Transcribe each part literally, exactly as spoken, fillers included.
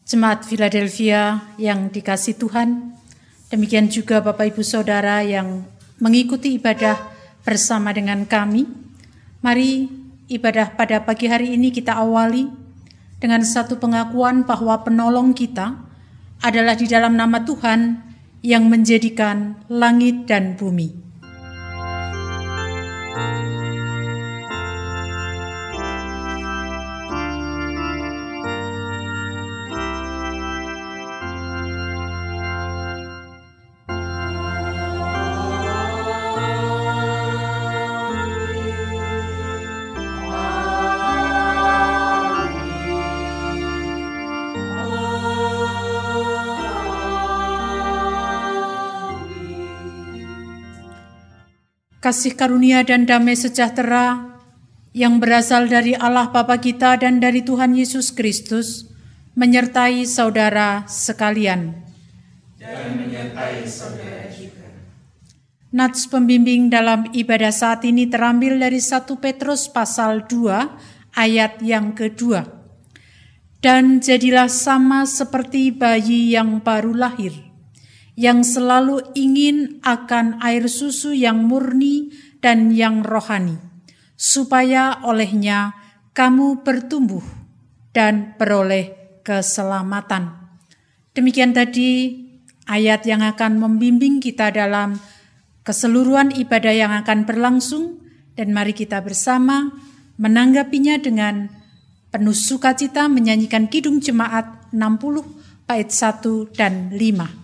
Jemaat Philadelphia yang dikasihi Tuhan, demikian juga Bapak Ibu Saudara yang mengikuti ibadah bersama dengan kami. Mari ibadah pada pagi hari ini kita awali dengan satu pengakuan bahwa penolong kita adalah di dalam nama Tuhan yang menjadikan langit dan bumi. Kasih karunia dan damai sejahtera yang berasal dari Allah Bapa kita dan dari Tuhan Yesus Kristus menyertai saudara sekalian. Dan menyertai saudara juga. Nats pembimbing dalam ibadah saat ini terambil dari satu Petrus pasal dua ayat yang kedua. Dan jadilah sama seperti bayi yang baru lahir, yang selalu ingin akan air susu yang murni dan yang rohani, supaya olehnya kamu bertumbuh dan beroleh keselamatan. Demikian tadi ayat yang akan membimbing kita dalam keseluruhan ibadah yang akan berlangsung, dan mari kita bersama menanggapinya dengan penuh sukacita menyanyikan Kidung Jemaat enam puluh bait satu dan lima.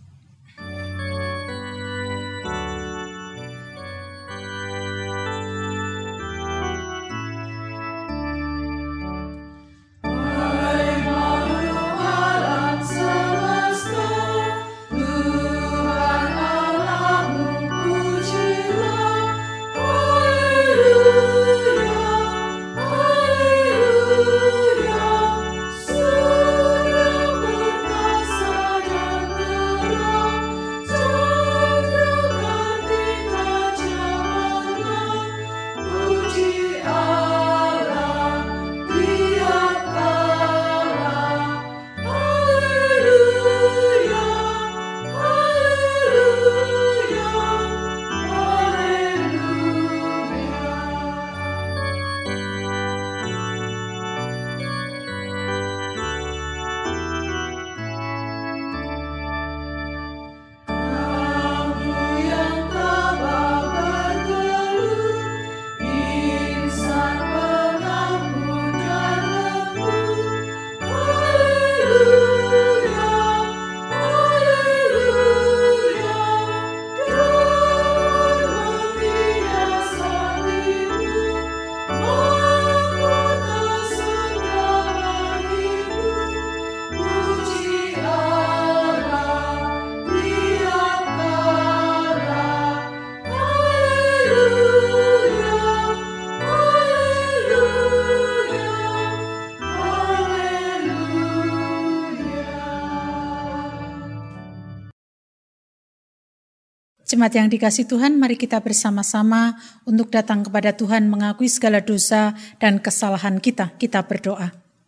Jemaat yang dikasihi Tuhan, mari kita bersama-sama untuk datang kepada Tuhan mengakui segala dosa dan kesalahan kita. Kita berdoa.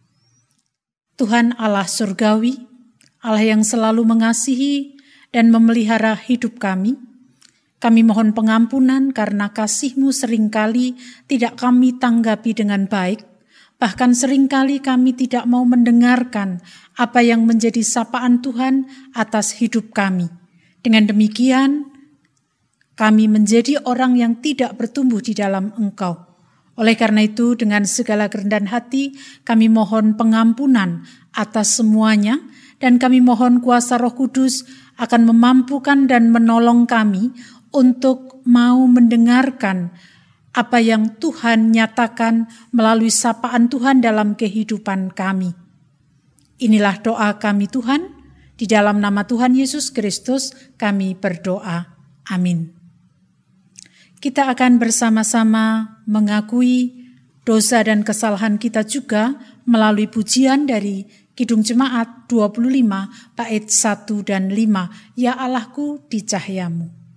Tuhan Allah surgawi, Allah yang selalu mengasihi dan memelihara hidup kami, kami mohon pengampunan karena kasih-Mu seringkali tidak kami tanggapi dengan baik, bahkan seringkali kami tidak mau mendengarkan apa yang menjadi sapaan Tuhan atas hidup kami. Dengan demikian, kami menjadi orang yang tidak bertumbuh di dalam Engkau. Oleh karena itu, dengan segala kerendahan hati, kami mohon pengampunan atas semuanya, dan kami mohon kuasa Roh Kudus akan memampukan dan menolong kami untuk mau mendengarkan apa yang Tuhan nyatakan melalui sapaan Tuhan dalam kehidupan kami. Inilah doa kami Tuhan, di dalam nama Tuhan Yesus Kristus kami berdoa. Amin. Kita akan bersama-sama mengakui dosa dan kesalahan kita juga melalui pujian dari Kidung Jemaat dua puluh lima bait satu dan lima. Ya Allahku di cahayamu.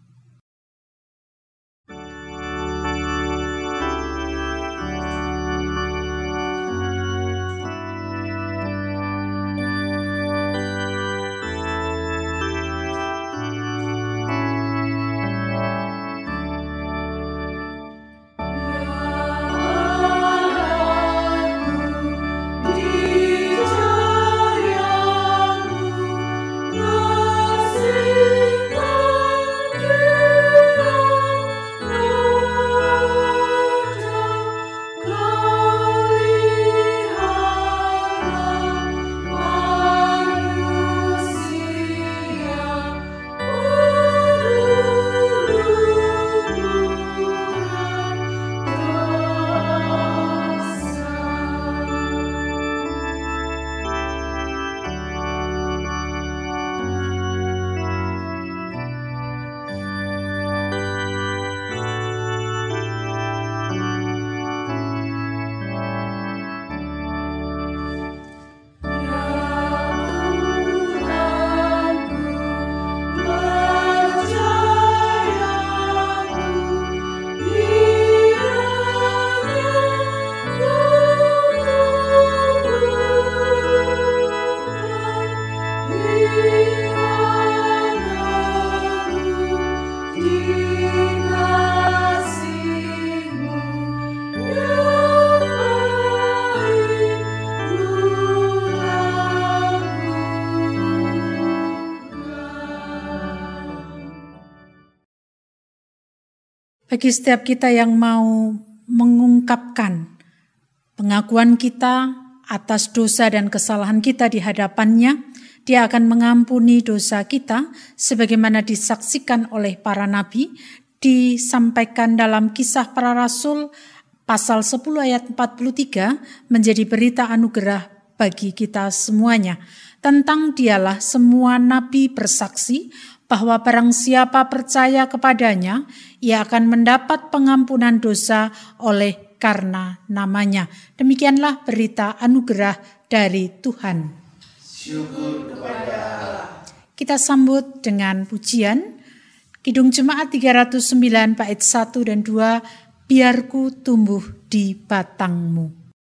Bagi setiap kita yang mau mengungkapkan pengakuan kita atas dosa dan kesalahan kita di hadapannya, Dia akan mengampuni dosa kita sebagaimana disaksikan oleh para nabi, disampaikan dalam Kisah Para Rasul pasal sepuluh ayat empat puluh tiga menjadi berita anugerah bagi kita semuanya. Tentang Dialah semua nabi bersaksi bahwa barang siapa percaya kepadanya, ia akan mendapat pengampunan dosa oleh karena namanya. Demikianlah berita anugerah dari Tuhan. Syukur kepada Allah. Kita sambut dengan pujian Kidung Jemaat tiga ratus sembilan bait satu dan dua, Biarku tumbuh di batangmu.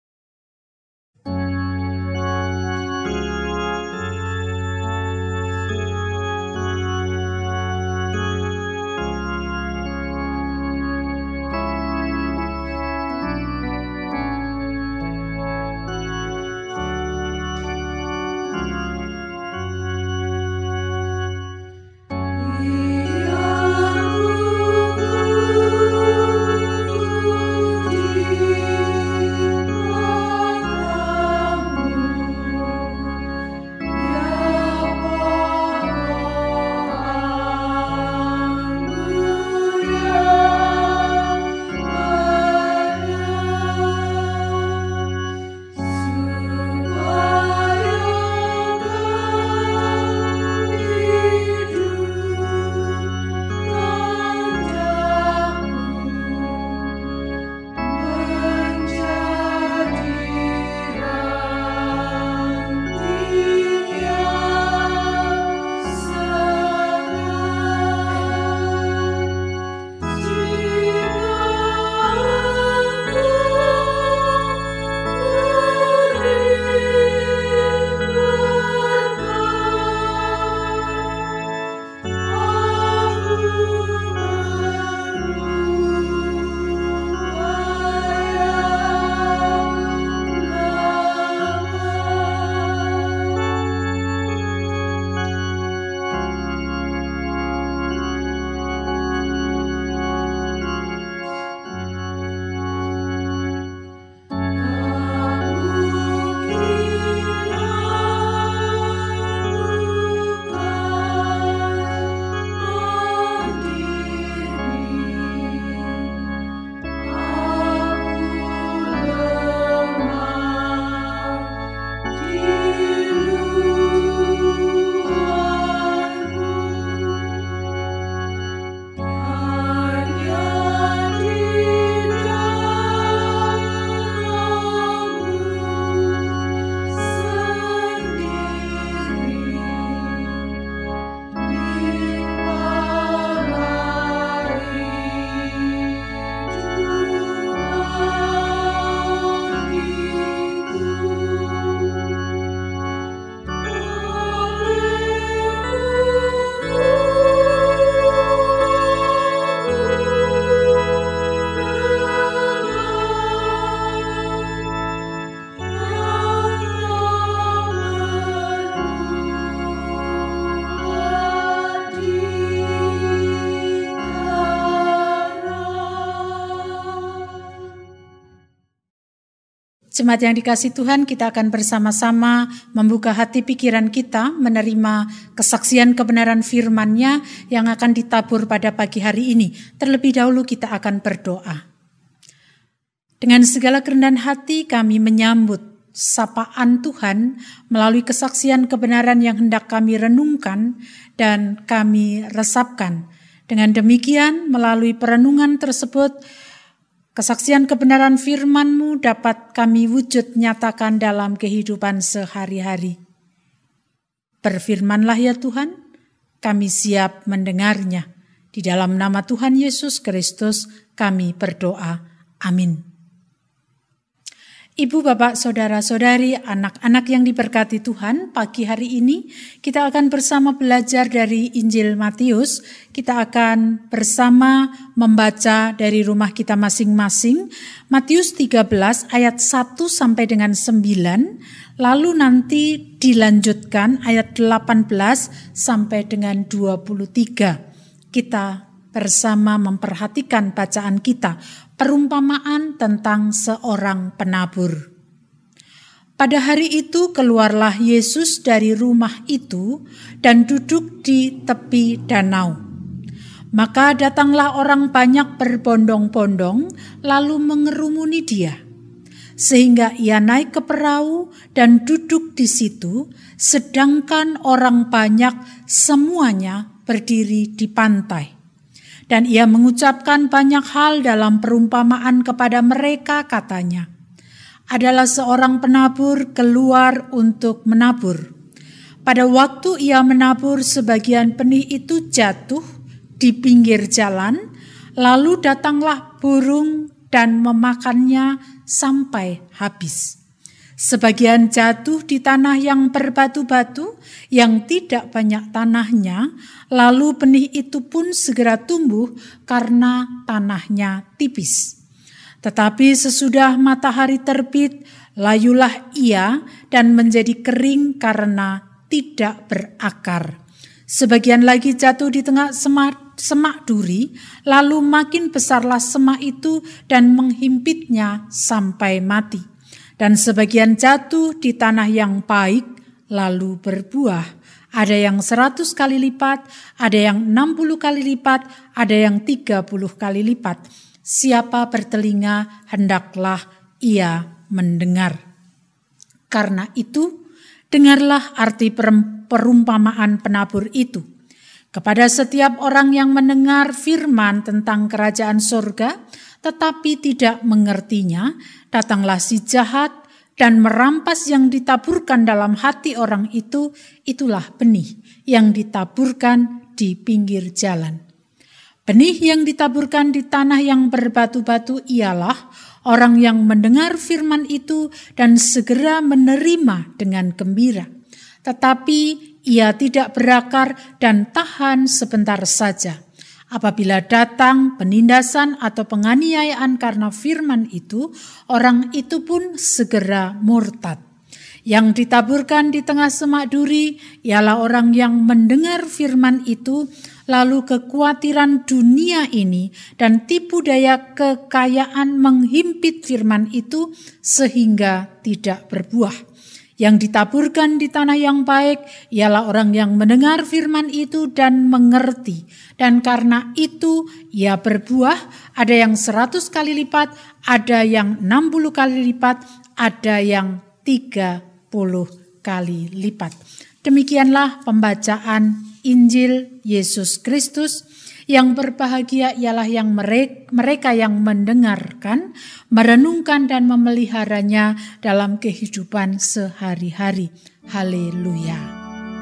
Jemaat yang dikasihi Tuhan, kita akan bersama-sama membuka hati pikiran kita menerima kesaksian kebenaran firman-Nya yang akan ditabur pada pagi hari ini. Terlebih dahulu kita akan berdoa. Dengan segala kerendahan hati kami menyambut sapaan Tuhan melalui kesaksian kebenaran yang hendak kami renungkan dan kami resapkan. Dengan demikian melalui perenungan tersebut, kesaksian kebenaran firman-Mu dapat kami wujud nyatakan dalam kehidupan sehari-hari. Berfirmanlah ya Tuhan, kami siap mendengarnya. Di dalam nama Tuhan Yesus Kristus kami berdoa. Amin. Ibu, bapak, saudara-saudari, anak-anak yang diberkati Tuhan, pagi hari ini kita akan bersama belajar dari Injil Matius. Kita akan bersama membaca dari rumah kita masing-masing. Matius tiga belas ayat satu sampai dengan sembilan, lalu nanti dilanjutkan ayat delapan belas sampai dengan dua puluh tiga. Kita bersama memperhatikan bacaan kita, perumpamaan tentang seorang penabur. Pada hari itu keluarlah Yesus dari rumah itu dan duduk di tepi danau. Maka datanglah orang banyak berbondong-bondong lalu mengerumuni dia. Sehingga ia naik ke perahu dan duduk di situ, sedangkan orang banyak semuanya berdiri di pantai. Dan ia mengucapkan banyak hal dalam perumpamaan kepada mereka, katanya, adalah seorang penabur keluar untuk menabur. Pada waktu ia menabur, sebagian benih itu jatuh di pinggir jalan, lalu datanglah burung dan memakannya sampai habis. Sebagian jatuh di tanah yang berbatu-batu, yang tidak banyak tanahnya, lalu benih itu pun segera tumbuh karena tanahnya tipis. Tetapi sesudah matahari terbit, layulah ia dan menjadi kering karena tidak berakar. Sebagian lagi jatuh di tengah semak, semak duri, lalu makin besarlah semak itu dan menghimpitnya sampai mati. Dan sebagian jatuh di tanah yang baik, lalu berbuah. Ada yang seratus kali lipat, ada yang enam puluh kali lipat, ada yang tiga puluh kali lipat. Siapa bertelinga, hendaklah ia mendengar. Karena itu, dengarlah arti perumpamaan penabur itu. Kepada setiap orang yang mendengar firman tentang kerajaan surga, tetapi tidak mengertinya, datanglah si jahat dan merampas yang ditaburkan dalam hati orang itu. Itulah benih yang ditaburkan di pinggir jalan. Benih yang ditaburkan di tanah yang berbatu-batu ialah orang yang mendengar firman itu dan segera menerima dengan gembira. Tetapi ia tidak berakar dan tahan sebentar saja. Apabila datang penindasan atau penganiayaan karena firman itu, orang itu pun segera murtad. Yang ditaburkan di tengah semak duri ialah orang yang mendengar firman itu, lalu kekhawatiran dunia ini dan tipu daya kekayaan menghimpit firman itu sehingga tidak berbuah. Yang ditaburkan di tanah yang baik ialah orang yang mendengar firman itu dan mengerti. Dan karena itu ia berbuah, ada yang seratus kali lipat, ada yang enam puluh kali lipat, ada yang tiga puluh kali lipat. Demikianlah pembacaan Injil Yesus Kristus. Yang berbahagia ialah yang mereka yang mendengarkan, merenungkan dan memeliharanya dalam kehidupan sehari-hari. Haleluya.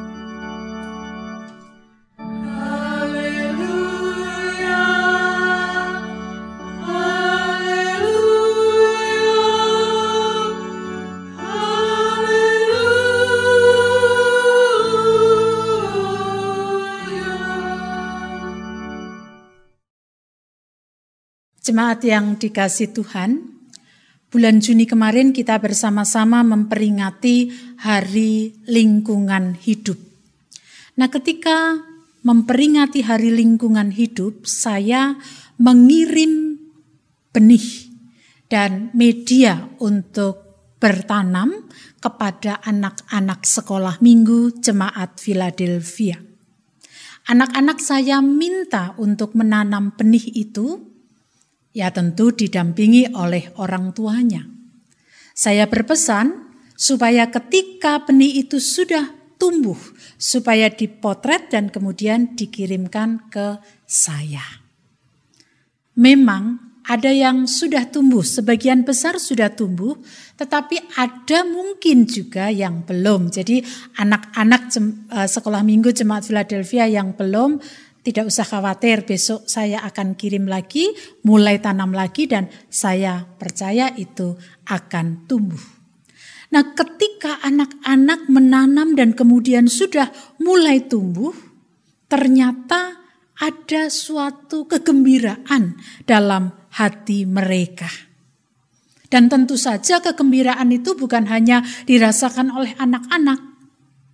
Jemaat yang dikasih Tuhan, bulan Juni kemarin kita bersama-sama memperingati Hari Lingkungan Hidup. Nah, ketika memperingati Hari Lingkungan Hidup, saya mengirim benih dan media untuk bertanam kepada anak-anak sekolah minggu Jemaat Philadelphia. Anak-anak saya minta untuk menanam benih itu, ya tentu didampingi oleh orang tuanya. Saya berpesan supaya ketika benih itu sudah tumbuh, supaya dipotret dan kemudian dikirimkan ke saya. Memang ada yang sudah tumbuh, sebagian besar sudah tumbuh, tetapi ada mungkin juga yang belum. Jadi anak-anak sekolah minggu Jemaat Philadelphia yang belum, tidak usah khawatir, besok saya akan kirim lagi, mulai tanam lagi dan saya percaya itu akan tumbuh. Nah, ketika anak-anak menanam dan kemudian sudah mulai tumbuh, ternyata ada suatu kegembiraan dalam hati mereka. Dan tentu saja kegembiraan itu bukan hanya dirasakan oleh anak-anak,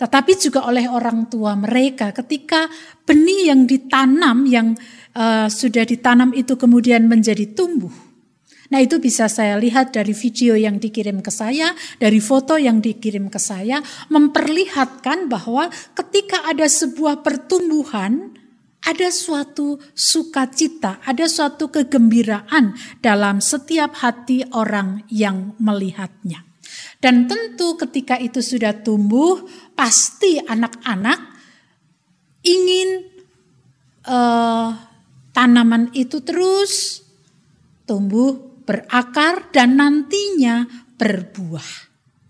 tetapi juga oleh orang tua mereka ketika benih yang ditanam, yang uh, sudah ditanam itu kemudian menjadi tumbuh. Nah, itu bisa saya lihat dari video yang dikirim ke saya, dari foto yang dikirim ke saya, memperlihatkan bahwa ketika ada sebuah pertumbuhan, ada suatu sukacita, ada suatu kegembiraan dalam setiap hati orang yang melihatnya. Dan tentu ketika itu sudah tumbuh, pasti anak-anak ingin uh, tanaman itu terus tumbuh, berakar, dan nantinya berbuah.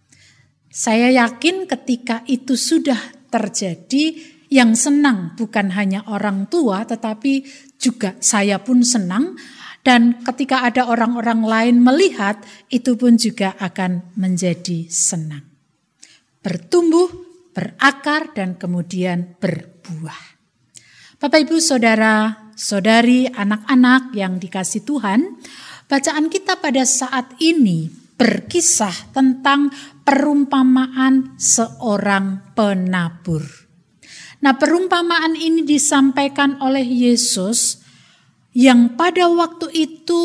Saya yakin ketika itu sudah terjadi, yang senang bukan hanya orang tua, tetapi juga saya pun senang. Dan ketika ada orang-orang lain melihat, itu pun juga akan menjadi senang. Bertumbuh, berakar, dan kemudian berbuah. Bapak, Ibu, Saudara, Saudari, anak-anak yang dikasih Tuhan, bacaan kita pada saat ini berkisah tentang perumpamaan seorang penabur. Nah, perumpamaan ini disampaikan oleh Yesus yang pada waktu itu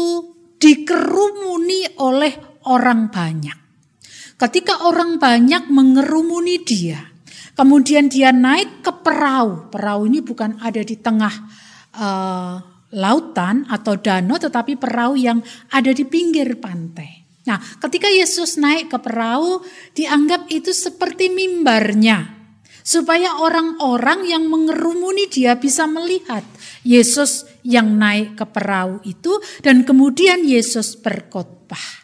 dikerumuni oleh orang banyak. Ketika orang banyak mengerumuni dia, kemudian dia naik ke perahu. Perahu ini bukan ada di tengah uh, lautan atau danau, tetapi perahu yang ada di pinggir pantai. Nah, ketika Yesus naik ke perahu, dianggap itu seperti mimbarnya, supaya orang-orang yang mengerumuni dia bisa melihat Yesus yang naik ke perahu itu, dan kemudian Yesus berkhotbah.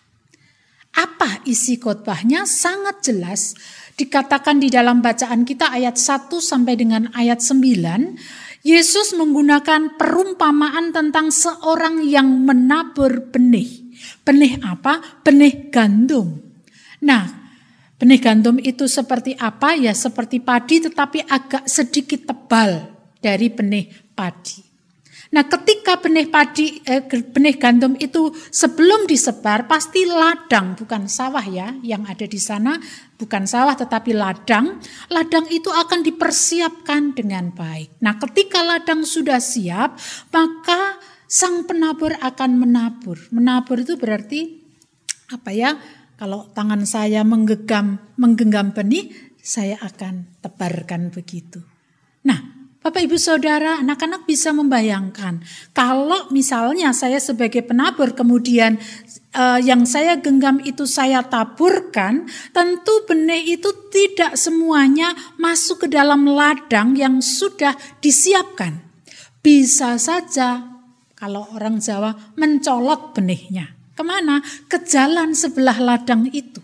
Apa isi khotbahnya? Sangat jelas dikatakan di dalam bacaan kita ayat satu sampai dengan ayat sembilan. Yesus menggunakan perumpamaan tentang seorang yang menabur benih. Benih apa? Benih gandum. Nah, benih gandum itu seperti apa? Ya seperti padi, tetapi agak sedikit tebal dari benih padi. Nah, ketika benih padi, eh, benih gandum itu sebelum disebar, pasti ladang, bukan sawah ya, yang ada di sana, bukan sawah tetapi ladang. Ladang itu akan dipersiapkan dengan baik. Nah, ketika ladang sudah siap, maka sang penabur akan menabur. Menabur itu berarti apa ya? Kalau tangan saya menggenggam, menggenggam benih, saya akan tebarkan begitu. Nah, Bapak, Ibu, Saudara, anak-anak bisa membayangkan kalau misalnya saya sebagai penabur kemudian uh, yang saya genggam itu saya taburkan, tentu benih itu tidak semuanya masuk ke dalam ladang yang sudah disiapkan. Bisa saja kalau orang Jawa mencolot benihnya. Kemana? Ke jalan sebelah ladang itu.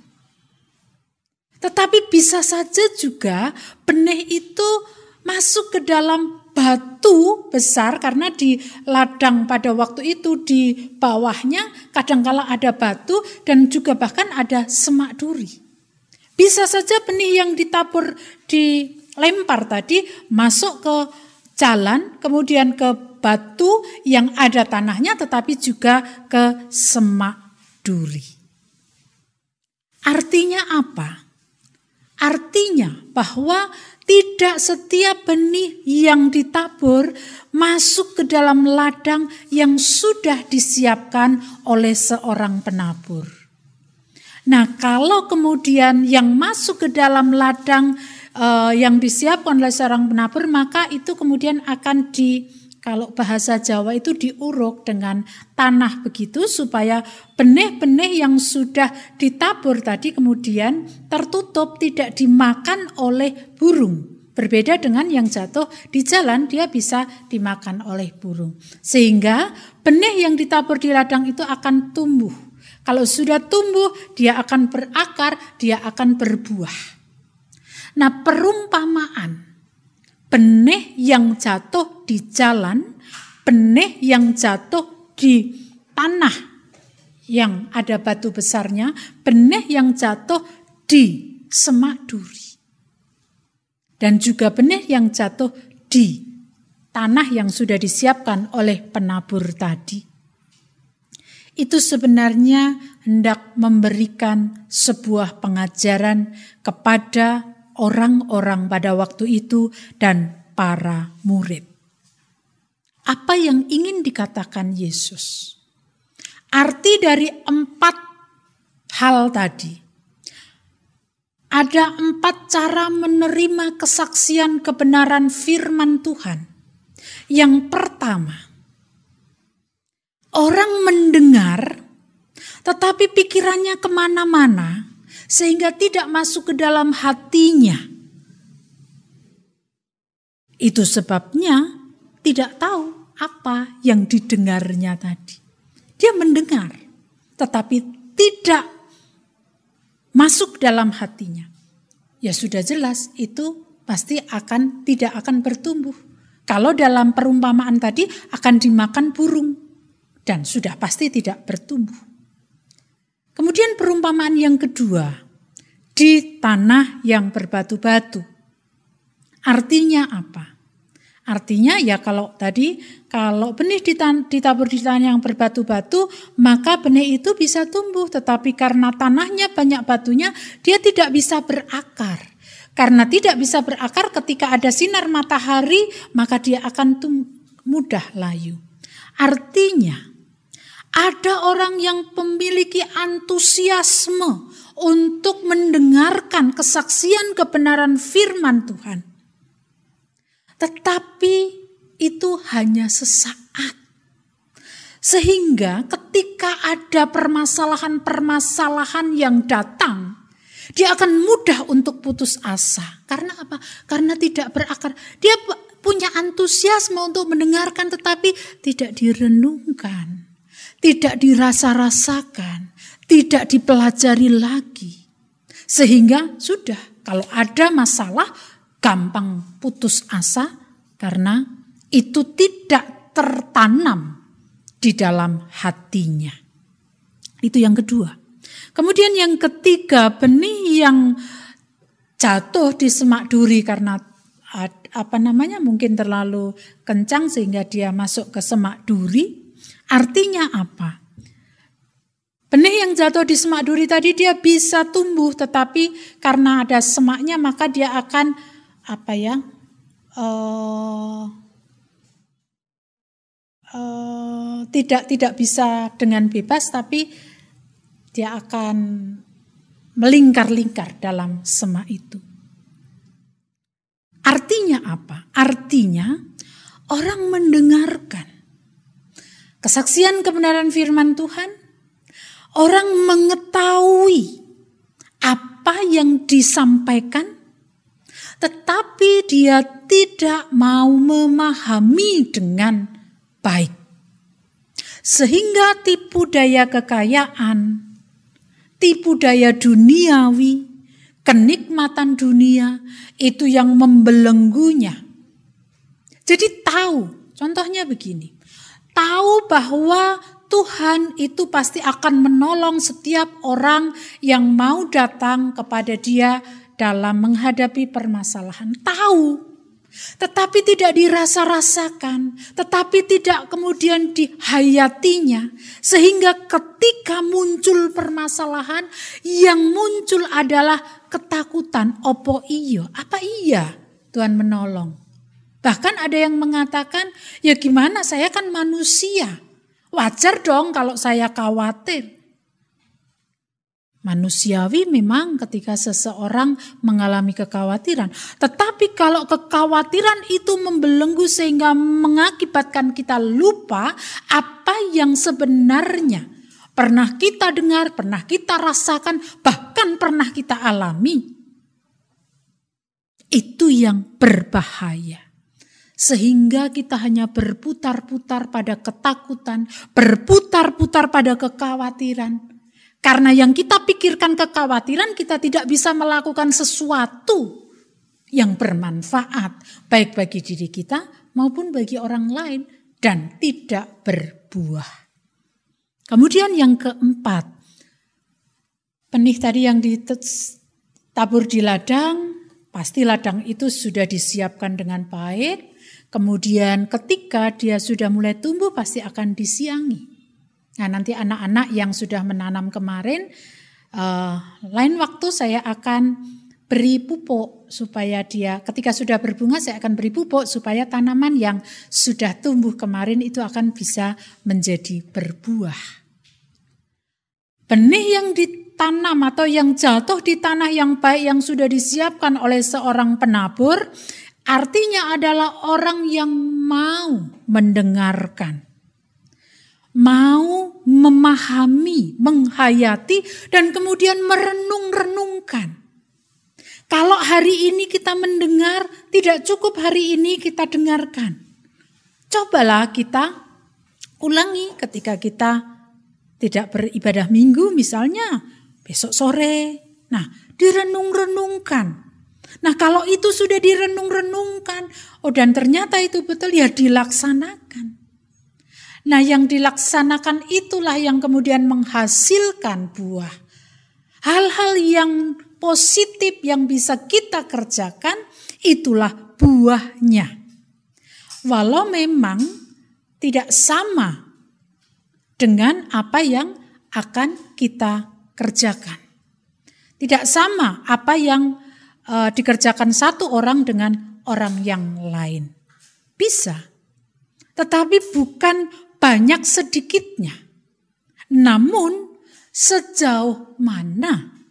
Tetapi bisa saja juga benih itu masuk ke dalam batu besar, karena di ladang pada waktu itu di bawahnya kadangkala ada batu dan juga bahkan ada semak duri. Bisa saja benih yang ditabur dilempar tadi masuk ke jalan, kemudian ke batu yang ada tanahnya, tetapi juga ke semak duri. Artinya apa? Artinya bahwa tidak setiap benih yang ditabur masuk ke dalam ladang yang sudah disiapkan oleh seorang penabur. Nah, kalau kemudian yang masuk ke dalam ladang uh, yang disiapkan oleh seorang penabur, maka itu kemudian akan di, kalau bahasa Jawa itu diuruk dengan tanah begitu, supaya benih-benih yang sudah ditabur tadi kemudian tertutup, tidak dimakan oleh burung. Berbeda dengan yang jatuh di jalan, dia bisa dimakan oleh burung. Sehingga benih yang ditabur di ladang itu akan tumbuh. Kalau sudah tumbuh, dia akan berakar, dia akan berbuah. Nah, perumpamaan benih yang jatuh di jalan, benih yang jatuh di tanah yang ada batu besarnya, benih yang jatuh di semak duri. Dan juga benih yang jatuh di tanah yang sudah disiapkan oleh penabur tadi. Itu sebenarnya hendak memberikan sebuah pengajaran kepada orang-orang pada waktu itu dan para murid. Apa yang ingin dikatakan Yesus? Arti dari empat hal tadi. Ada empat cara menerima kesaksian kebenaran firman Tuhan. Yang pertama, orang mendengar tetapi pikirannya kemana-mana sehingga tidak masuk ke dalam hatinya. Itu sebabnya tidak tahu apa yang didengarnya tadi. Dia mendengar tetapi tidak masuk dalam hatinya. Ya sudah jelas itu pasti akan tidak akan bertumbuh. Kalau dalam perumpamaan tadi akan dimakan burung dan sudah pasti tidak bertumbuh. Kemudian perumpamaan yang kedua, di tanah yang berbatu-batu. Artinya apa? Artinya ya kalau tadi kalau benih ditabur di tanah yang berbatu-batu, maka benih itu bisa tumbuh. Tetapi karena tanahnya banyak batunya, dia tidak bisa berakar. Karena tidak bisa berakar ketika ada sinar matahari, maka dia akan tum- mudah layu. Artinya ada orang yang memiliki antusiasme untuk mendengarkan kesaksian kebenaran firman Tuhan. Tetapi itu hanya sesaat. Sehingga ketika ada permasalahan-permasalahan yang datang, dia akan mudah untuk putus asa. Karena apa? Karena tidak berakar. Dia punya antusiasme untuk mendengarkan tetapi tidak direnungkan. Tidak dirasa-rasakan. Tidak dipelajari lagi. Sehingga sudah kalau ada masalah gampang putus asa karena itu tidak tertanam di dalam hatinya. Itu yang kedua. Kemudian yang ketiga, benih yang jatuh di semak duri karena apa namanya mungkin terlalu kencang sehingga dia masuk ke semak duri. Artinya apa? Benih yang jatuh di semak duri tadi dia bisa tumbuh tetapi karena ada semaknya maka dia akan apa ya uh, uh, tidak tidak bisa dengan bebas tapi dia akan melingkar-lingkar dalam semak itu. Artinya apa? Artinya orang mendengarkan kesaksian kebenaran firman Tuhan, orang mengetahui apa yang disampaikan, tetapi dia tidak mau memahami dengan baik. Sehingga tipu daya kekayaan, tipu daya duniawi, kenikmatan dunia itu yang membelenggunya. Jadi tahu, contohnya begini, tahu bahwa Tuhan itu pasti akan menolong setiap orang yang mau datang kepada dia dalam menghadapi permasalahan. Tahu, tetapi tidak dirasa-rasakan, tetapi tidak kemudian dihayatinya. Sehingga ketika muncul permasalahan, yang muncul adalah ketakutan. Opo iyo? Apa iya Tuhan menolong? Bahkan ada yang mengatakan, ya gimana saya kan manusia. Wajar dong kalau saya khawatir. Manusiawi memang ketika seseorang mengalami kekhawatiran. Tetapi kalau kekhawatiran itu membelenggu sehingga mengakibatkan kita lupa apa yang sebenarnya pernah kita dengar, pernah kita rasakan, bahkan pernah kita alami. Itu yang berbahaya. Sehingga kita hanya berputar-putar pada ketakutan, berputar-putar pada kekhawatiran. Karena yang kita pikirkan kekhawatiran, kita tidak bisa melakukan sesuatu yang bermanfaat. Baik bagi diri kita maupun bagi orang lain. Dan tidak berbuah. Kemudian yang keempat. Benih tadi yang ditabur di ladang. Pasti ladang itu sudah disiapkan dengan baik. Kemudian ketika dia sudah mulai tumbuh pasti akan disiangi. Nah nanti anak-anak yang sudah menanam kemarin, uh, lain waktu saya akan beri pupuk supaya dia ketika sudah berbunga saya akan beri pupuk supaya tanaman yang sudah tumbuh kemarin itu akan bisa menjadi berbuah. Benih yang ditanam atau yang jatuh di tanah yang baik yang sudah disiapkan oleh seorang penabur artinya adalah orang yang mau mendengarkan, mau memahami, menghayati dan kemudian merenung-renungkan. Kalau hari ini kita mendengar, tidak cukup hari ini kita dengarkan. Cobalah kita ulangi ketika kita tidak beribadah minggu misalnya, besok sore. Nah, direnung-renungkan. Nah, kalau itu sudah direnung-renungkan, oh dan ternyata itu betul, ya dilaksanakan. Nah, yang dilaksanakan itulah yang kemudian menghasilkan buah. Hal-hal yang positif yang bisa kita kerjakan, itulah buahnya. Walau memang tidak sama dengan apa yang akan kita kerjakan. Tidak sama apa yang uh, dikerjakan satu orang dengan orang yang lain. Bisa, tetapi bukan banyak sedikitnya. Namun sejauh mana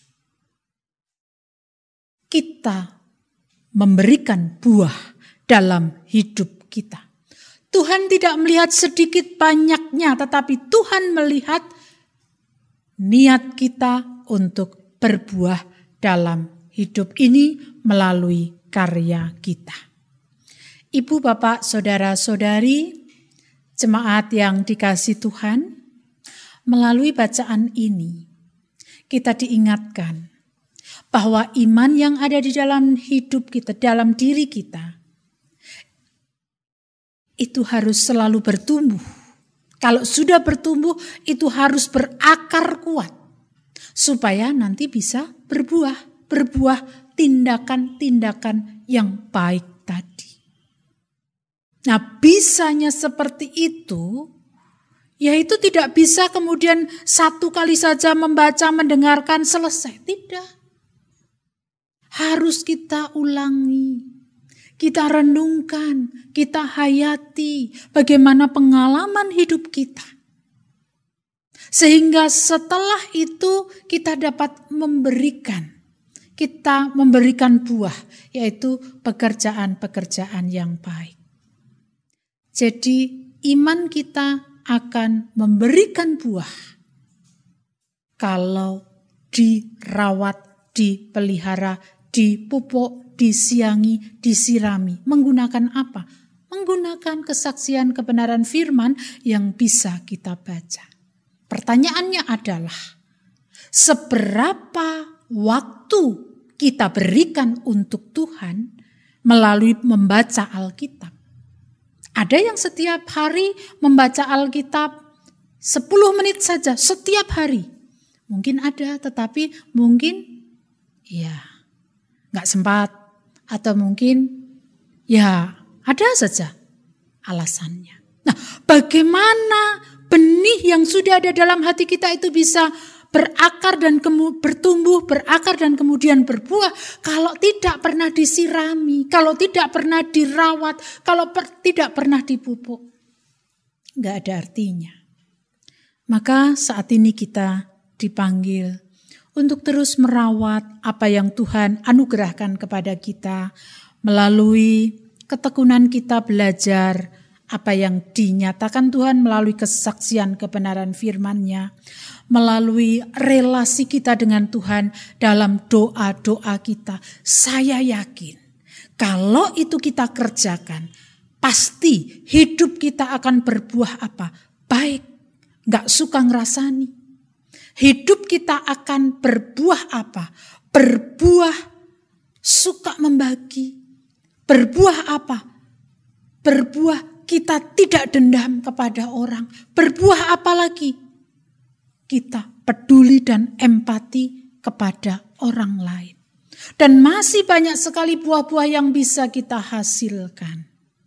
kita memberikan buah dalam hidup kita. Tuhan tidak melihat sedikit banyaknya, tetapi Tuhan melihat niat kita untuk berbuah dalam hidup ini melalui karya kita. Ibu, bapak, saudara-saudari, jemaat yang dikasihi Tuhan, melalui bacaan ini kita diingatkan bahwa iman yang ada di dalam hidup kita, dalam diri kita, itu harus selalu bertumbuh. Kalau sudah bertumbuh, itu harus berakar kuat. Supaya nanti bisa berbuah. Berbuah tindakan-tindakan yang baik tadi. Nah, bisanya seperti itu, yaitu tidak bisa kemudian satu kali saja membaca, mendengarkan, selesai. Tidak. Harus kita ulangi, kita renungkan, kita hayati bagaimana pengalaman hidup kita. Sehingga setelah itu kita dapat memberikan, kita memberikan buah, yaitu pekerjaan-pekerjaan yang baik. Jadi iman kita akan memberikan buah kalau dirawat, dipelihara, dipupuk, disiangi, disirami. Menggunakan apa? Menggunakan kesaksian kebenaran firman yang bisa kita baca. Pertanyaannya adalah, seberapa waktu kita berikan untuk Tuhan melalui membaca Alkitab? Ada yang setiap hari membaca Alkitab sepuluh menit saja, setiap hari. Mungkin ada, tetapi mungkin ya gak sempat. Atau mungkin ya ada saja alasannya. Nah, bagaimana benih yang sudah ada dalam hati kita itu bisa berakar dan kemu, bertumbuh, berakar dan kemudian berbuah kalau tidak pernah disirami, kalau tidak pernah dirawat, kalau per, tidak pernah dipupuk. Gak ada artinya. Maka saat ini kita dipanggil untuk terus merawat apa yang Tuhan anugerahkan kepada kita melalui ketekunan kita belajar apa yang dinyatakan Tuhan melalui kesaksian kebenaran firman-Nya, melalui relasi kita dengan Tuhan dalam doa-doa kita. Saya yakin kalau itu kita kerjakan, pasti hidup kita akan berbuah apa? Baik, gak suka ngerasani. Hidup kita akan berbuah apa? Berbuah suka membagi. Berbuah apa? Berbuah kita tidak dendam kepada orang. Berbuah apa lagi? Kita peduli dan empati kepada orang lain. Dan masih banyak sekali buah-buah yang bisa kita hasilkan.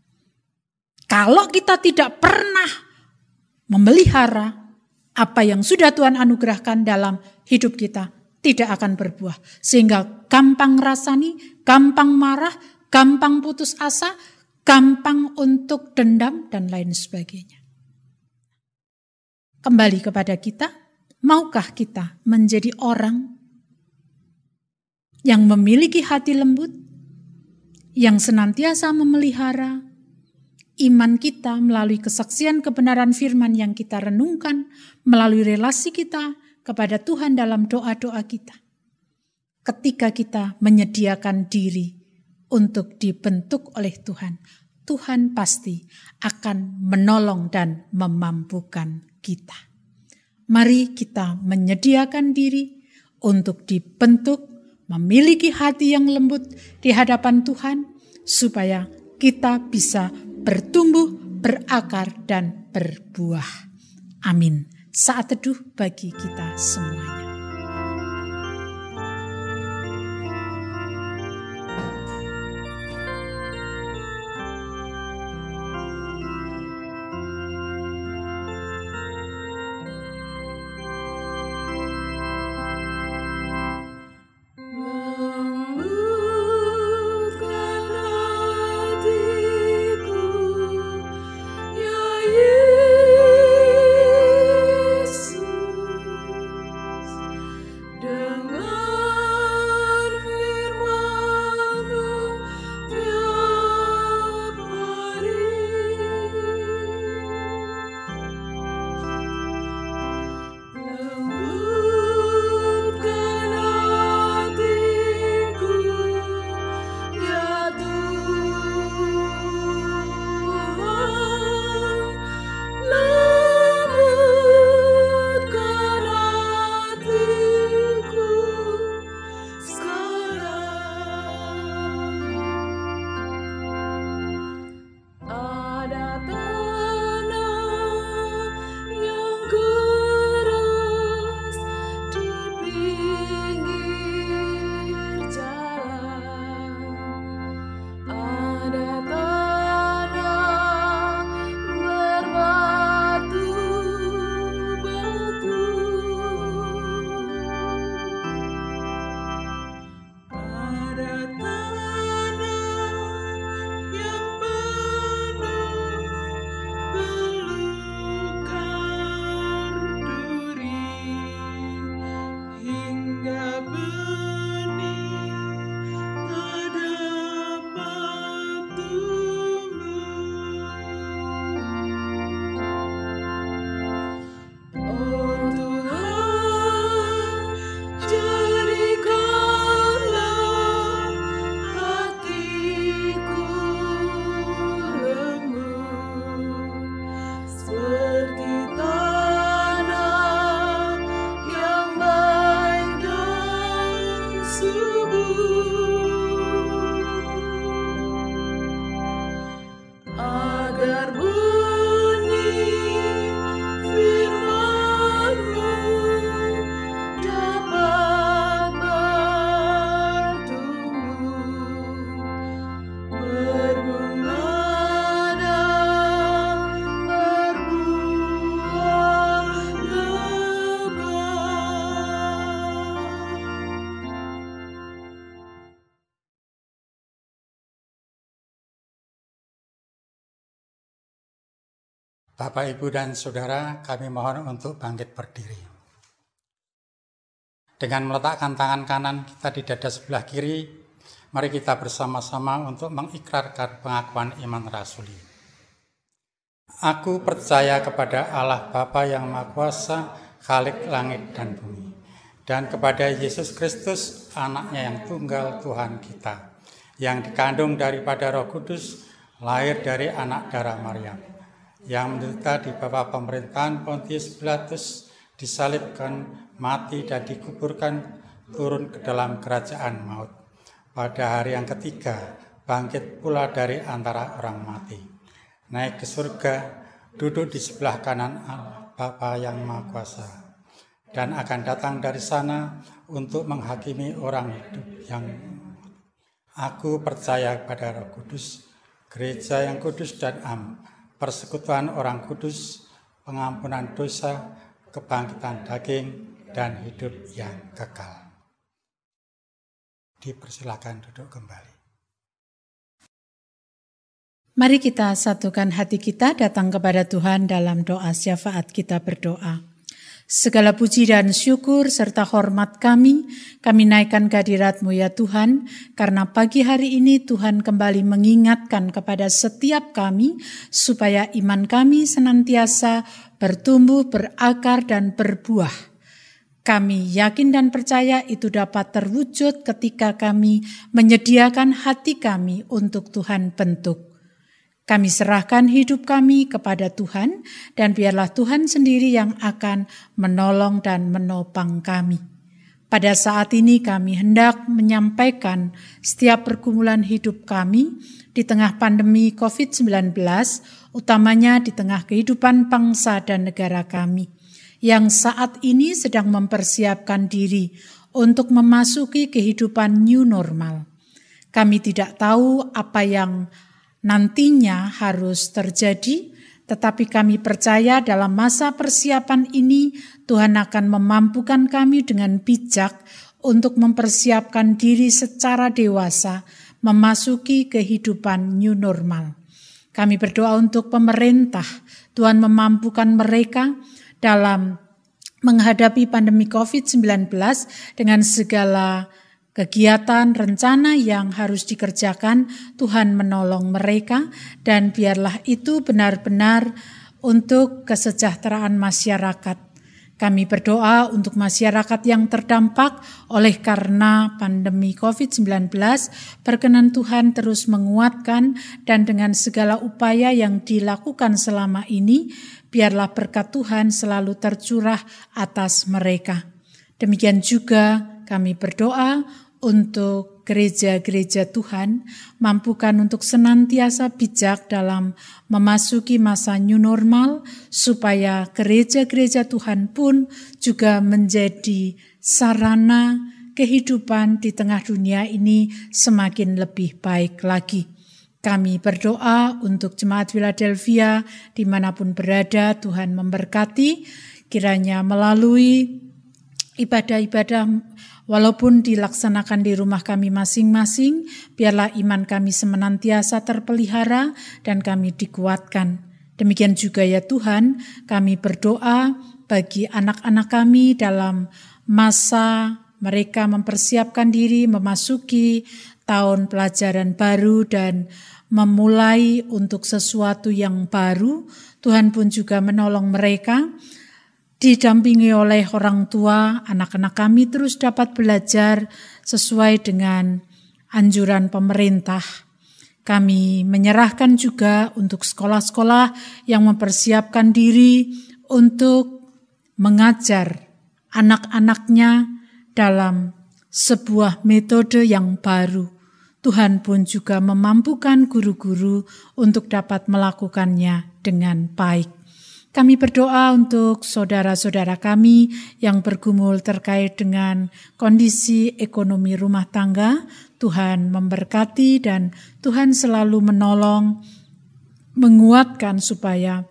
Kalau kita tidak pernah memelihara apa yang sudah Tuhan anugerahkan dalam hidup kita, tidak akan berbuah. Sehingga gampang rasani, gampang marah, gampang putus asa, gampang untuk dendam, dan lain sebagainya. Kembali kepada kita, maukah kita menjadi orang yang memiliki hati lembut, yang senantiasa memelihara iman kita melalui kesaksian kebenaran firman yang kita renungkan, melalui relasi kita kepada Tuhan dalam doa-doa kita. Ketika kita menyediakan diri untuk dibentuk oleh Tuhan, Tuhan pasti akan menolong dan memampukan kita. Mari kita menyediakan diri untuk dibentuk, memiliki hati yang lembut di hadapan Tuhan, supaya kita bisa bertumbuh, berakar, dan berbuah. Amin. Saat teduh bagi kita semuanya. Bapak, Ibu, dan Saudara, kami mohon untuk bangkit berdiri. Dengan meletakkan tangan kanan kita di dada sebelah kiri, mari kita bersama-sama untuk mengikrarkan pengakuan iman rasuli. Aku percaya kepada Allah Bapa yang Maha Kuasa, Khalik langit dan bumi, dan kepada Yesus Kristus, anaknya yang tunggal Tuhan kita, yang dikandung daripada Roh Kudus, lahir dari anak darah Maryam, yang menderita di bawah pemerintahan Pontius Pilatus, disalibkan, mati dan dikuburkan, turun ke dalam kerajaan maut. Pada hari yang ketiga, bangkit pula dari antara orang mati, naik ke surga, duduk di sebelah kanan Allah Bapa yang Maha Kuasa, dan akan datang dari sana untuk menghakimi orang hidup yang Aku percaya pada Roh Kudus, gereja yang kudus dan am, persekutuan orang kudus, pengampunan dosa, kebangkitan daging, dan hidup yang kekal. Dipersilakan duduk kembali. Mari kita satukan hati kita datang kepada Tuhan dalam doa syafaat. Kita berdoa. Segala puji dan syukur serta hormat kami, kami naikkan kehadirat-Mu ya Tuhan, karena pagi hari ini Tuhan kembali mengingatkan kepada setiap kami, supaya iman kami senantiasa bertumbuh, berakar, dan berbuah. Kami yakin dan percaya itu dapat terwujud ketika kami menyediakan hati kami untuk Tuhan bentuk. Kami serahkan hidup kami kepada Tuhan, dan biarlah Tuhan sendiri yang akan menolong dan menopang kami. Pada saat ini kami hendak menyampaikan setiap pergumulan hidup kami di tengah pandemi covid sembilan belas, utamanya di tengah kehidupan bangsa dan negara kami, yang saat ini sedang mempersiapkan diri untuk memasuki kehidupan new normal. Kami tidak tahu apa yang nantinya harus terjadi, tetapi kami percaya dalam masa persiapan ini Tuhan akan memampukan kami dengan bijak untuk mempersiapkan diri secara dewasa memasuki kehidupan new normal. Kami berdoa untuk pemerintah, Tuhan memampukan mereka dalam menghadapi pandemi covid sembilan belas dengan segala kegiatan, rencana yang harus dikerjakan. Tuhan menolong mereka, dan biarlah itu benar-benar untuk kesejahteraan masyarakat. Kami berdoa untuk masyarakat yang terdampak oleh karena pandemi covid sembilan belas, berkenan Tuhan terus menguatkan, dan dengan segala upaya yang dilakukan selama ini, biarlah berkat Tuhan selalu tercurah atas mereka. Demikian juga kami berdoa untuk gereja-gereja Tuhan, mampukan untuk senantiasa bijak dalam memasuki masa new normal, supaya gereja-gereja Tuhan pun juga menjadi sarana kehidupan di tengah dunia ini semakin lebih baik lagi. Kami berdoa untuk jemaat Philadelphia dimanapun berada, Tuhan memberkati, kiranya melalui ibadah-ibadah walaupun dilaksanakan di rumah kami masing-masing, biarlah iman kami senantiasa terpelihara dan kami dikuatkan. Demikian juga ya Tuhan, kami berdoa bagi anak-anak kami dalam masa mereka mempersiapkan diri memasuki tahun pelajaran baru dan memulai untuk sesuatu yang baru. Tuhan pun juga menolong mereka. Didampingi oleh orang tua, anak-anak kami terus dapat belajar sesuai dengan anjuran pemerintah. Kami menyerahkan juga untuk sekolah-sekolah yang mempersiapkan diri untuk mengajar anak-anaknya dalam sebuah metode yang baru. Tuhan pun juga memampukan guru-guru untuk dapat melakukannya dengan baik. Kami berdoa untuk saudara-saudara kami yang bergumul terkait dengan kondisi ekonomi rumah tangga. Tuhan memberkati dan Tuhan selalu menolong, menguatkan supaya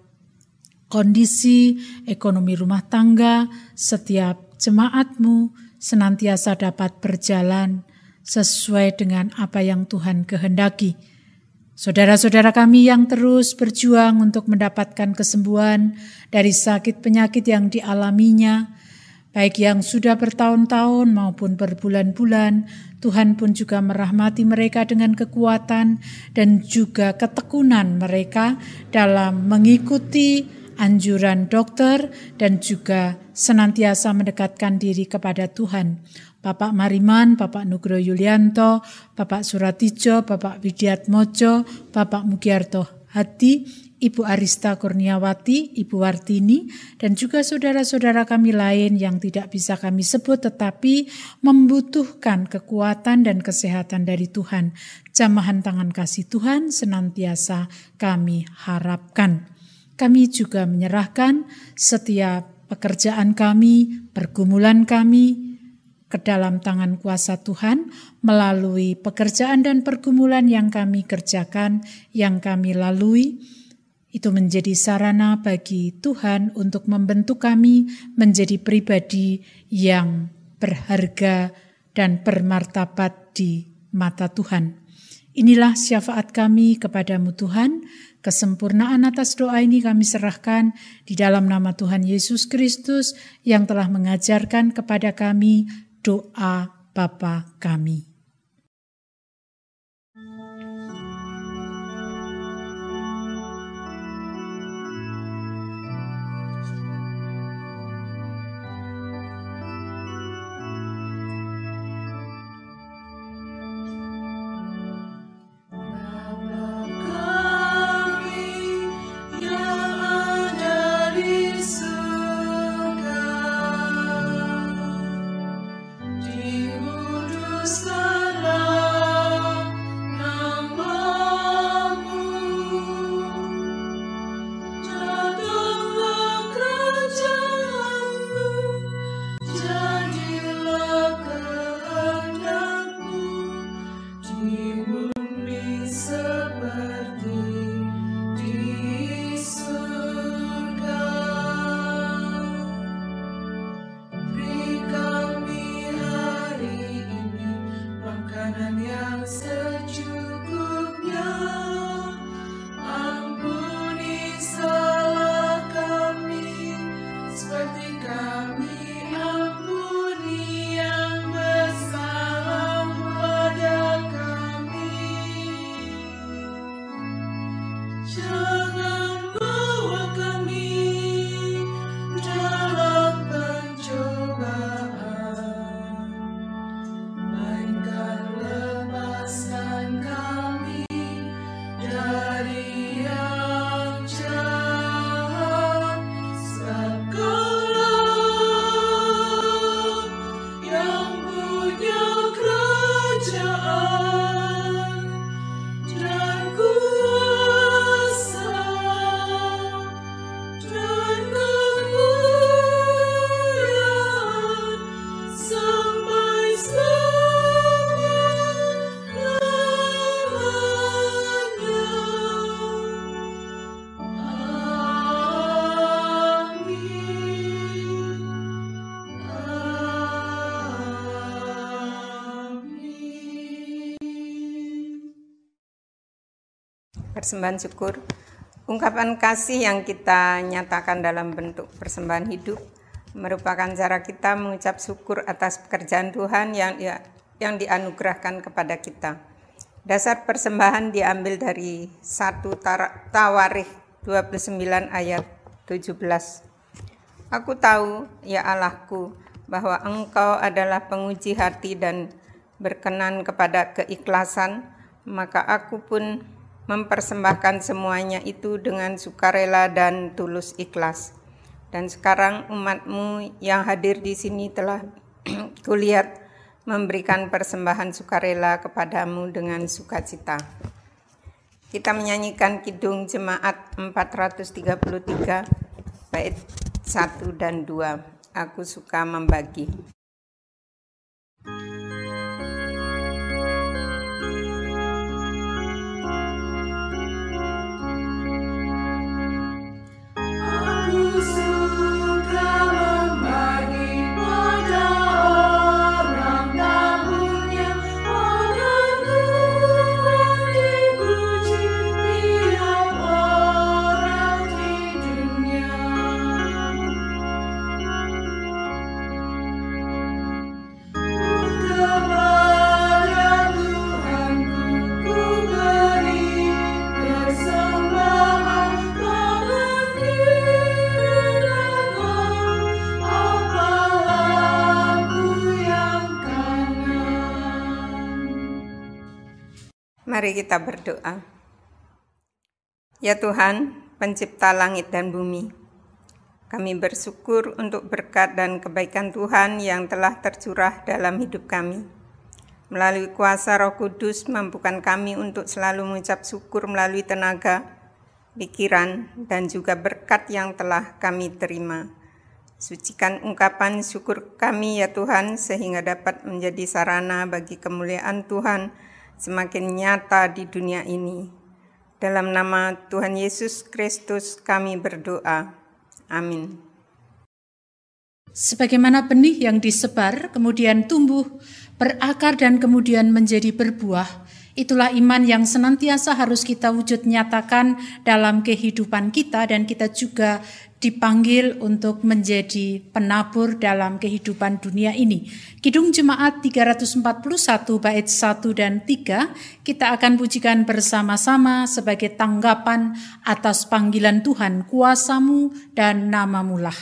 kondisi ekonomi rumah tangga setiap jemaat-Mu senantiasa dapat berjalan sesuai dengan apa yang Tuhan kehendaki. Saudara-saudara kami yang terus berjuang untuk mendapatkan kesembuhan dari sakit penyakit yang dialaminya, baik yang sudah bertahun-tahun maupun berbulan-bulan, Tuhan pun juga merahmati mereka dengan kekuatan dan juga ketekunan mereka dalam mengikuti anjuran dokter dan juga senantiasa mendekatkan diri kepada Tuhan. Bapak Mariman, Bapak Nugro Yulianto, Bapak Suratijo, Bapak Widiatmojo, Bapak Mugiarto Hadi, Ibu Arista Kurniawati, Ibu Wartini, dan juga saudara-saudara kami lain yang tidak bisa kami sebut tetapi membutuhkan kekuatan dan kesehatan dari Tuhan. Jamahan tangan kasih Tuhan senantiasa kami harapkan. Kami juga menyerahkan setiap pekerjaan kami, pergumulan kami, ke dalam tangan kuasa Tuhan melalui pekerjaan dan pergumulan yang kami kerjakan, yang kami lalui. Itu menjadi sarana bagi Tuhan untuk membentuk kami menjadi pribadi yang berharga dan bermartabat di mata Tuhan. Inilah syafaat kami kepadamu Tuhan, kesempurnaan atas doa ini kami serahkan di dalam nama Tuhan Yesus Kristus yang telah mengajarkan kepada kami doa Bapa kami. Persembahan syukur, ungkapan kasih yang kita nyatakan dalam bentuk persembahan hidup merupakan cara kita mengucap syukur atas pekerjaan Tuhan yang yang dianugerahkan kepada kita. Dasar persembahan diambil dari satu Tawarikh dua puluh sembilan ayat tujuh belas. Aku tahu, ya Allahku, bahwa Engkau adalah penguji hati dan berkenan kepada keikhlasan, maka aku pun mempersembahkan semuanya itu dengan sukarela dan tulus ikhlas. Dan sekarang umat-Mu yang hadir di sini telah kulihat memberikan persembahan sukarela kepadamu dengan sukacita. Kita menyanyikan Kidung Jemaat empat ratus tiga puluh tiga bait satu dan dua. Aku suka membagi. Mari kita berdoa. Ya Tuhan, pencipta langit dan bumi, kami bersyukur untuk berkat dan kebaikan Tuhan yang telah tercurah dalam hidup kami. Melalui kuasa Roh Kudus, mampukan kami untuk selalu mengucap syukur melalui tenaga, pikiran, dan juga berkat yang telah kami terima. Sucikan ungkapan syukur kami ya Tuhan, sehingga dapat menjadi sarana bagi kemuliaan Tuhan semakin nyata di dunia ini. Dalam nama Tuhan Yesus Kristus kami berdoa. Amin. Sebagaimana benih yang disebar, kemudian tumbuh, berakar dan kemudian menjadi berbuah, itulah iman yang senantiasa harus kita wujud nyatakan dalam kehidupan kita, dan kita juga dipanggil untuk menjadi penabur dalam kehidupan dunia ini. Kidung Jemaat tiga ratus empat puluh satu bait satu dan tiga kita akan pujikan bersama-sama sebagai tanggapan atas panggilan Tuhan, kuasa-Mu dan nama-Mu lah.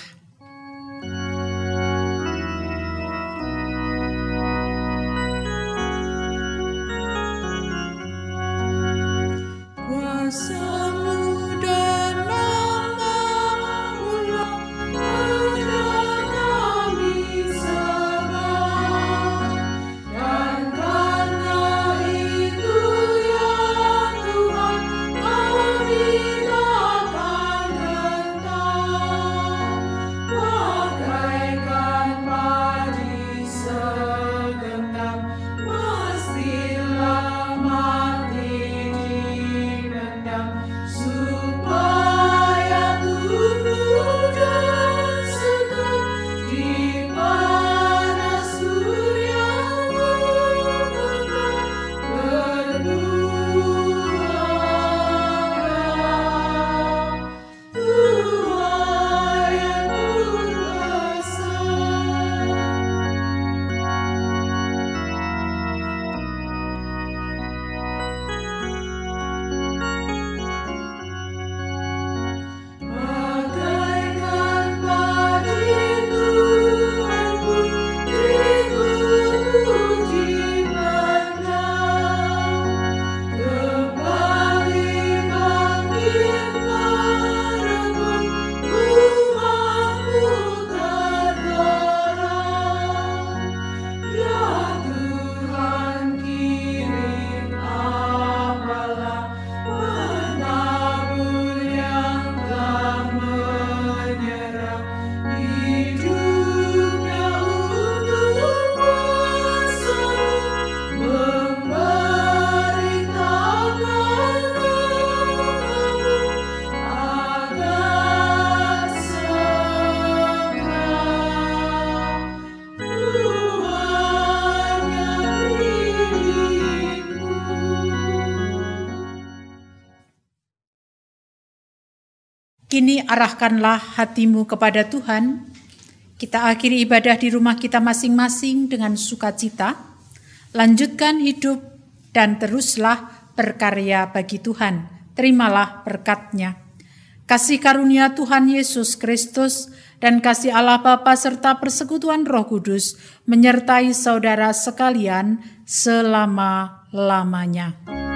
Kini arahkanlah hatimu kepada Tuhan. Kita akhiri ibadah di rumah kita masing-masing dengan sukacita. Lanjutkan hidup dan teruslah berkarya bagi Tuhan. Terimalah berkat-Nya. Kasih karunia Tuhan Yesus Kristus dan kasih Allah Bapa serta persekutuan Roh Kudus menyertai saudara sekalian selama-lamanya.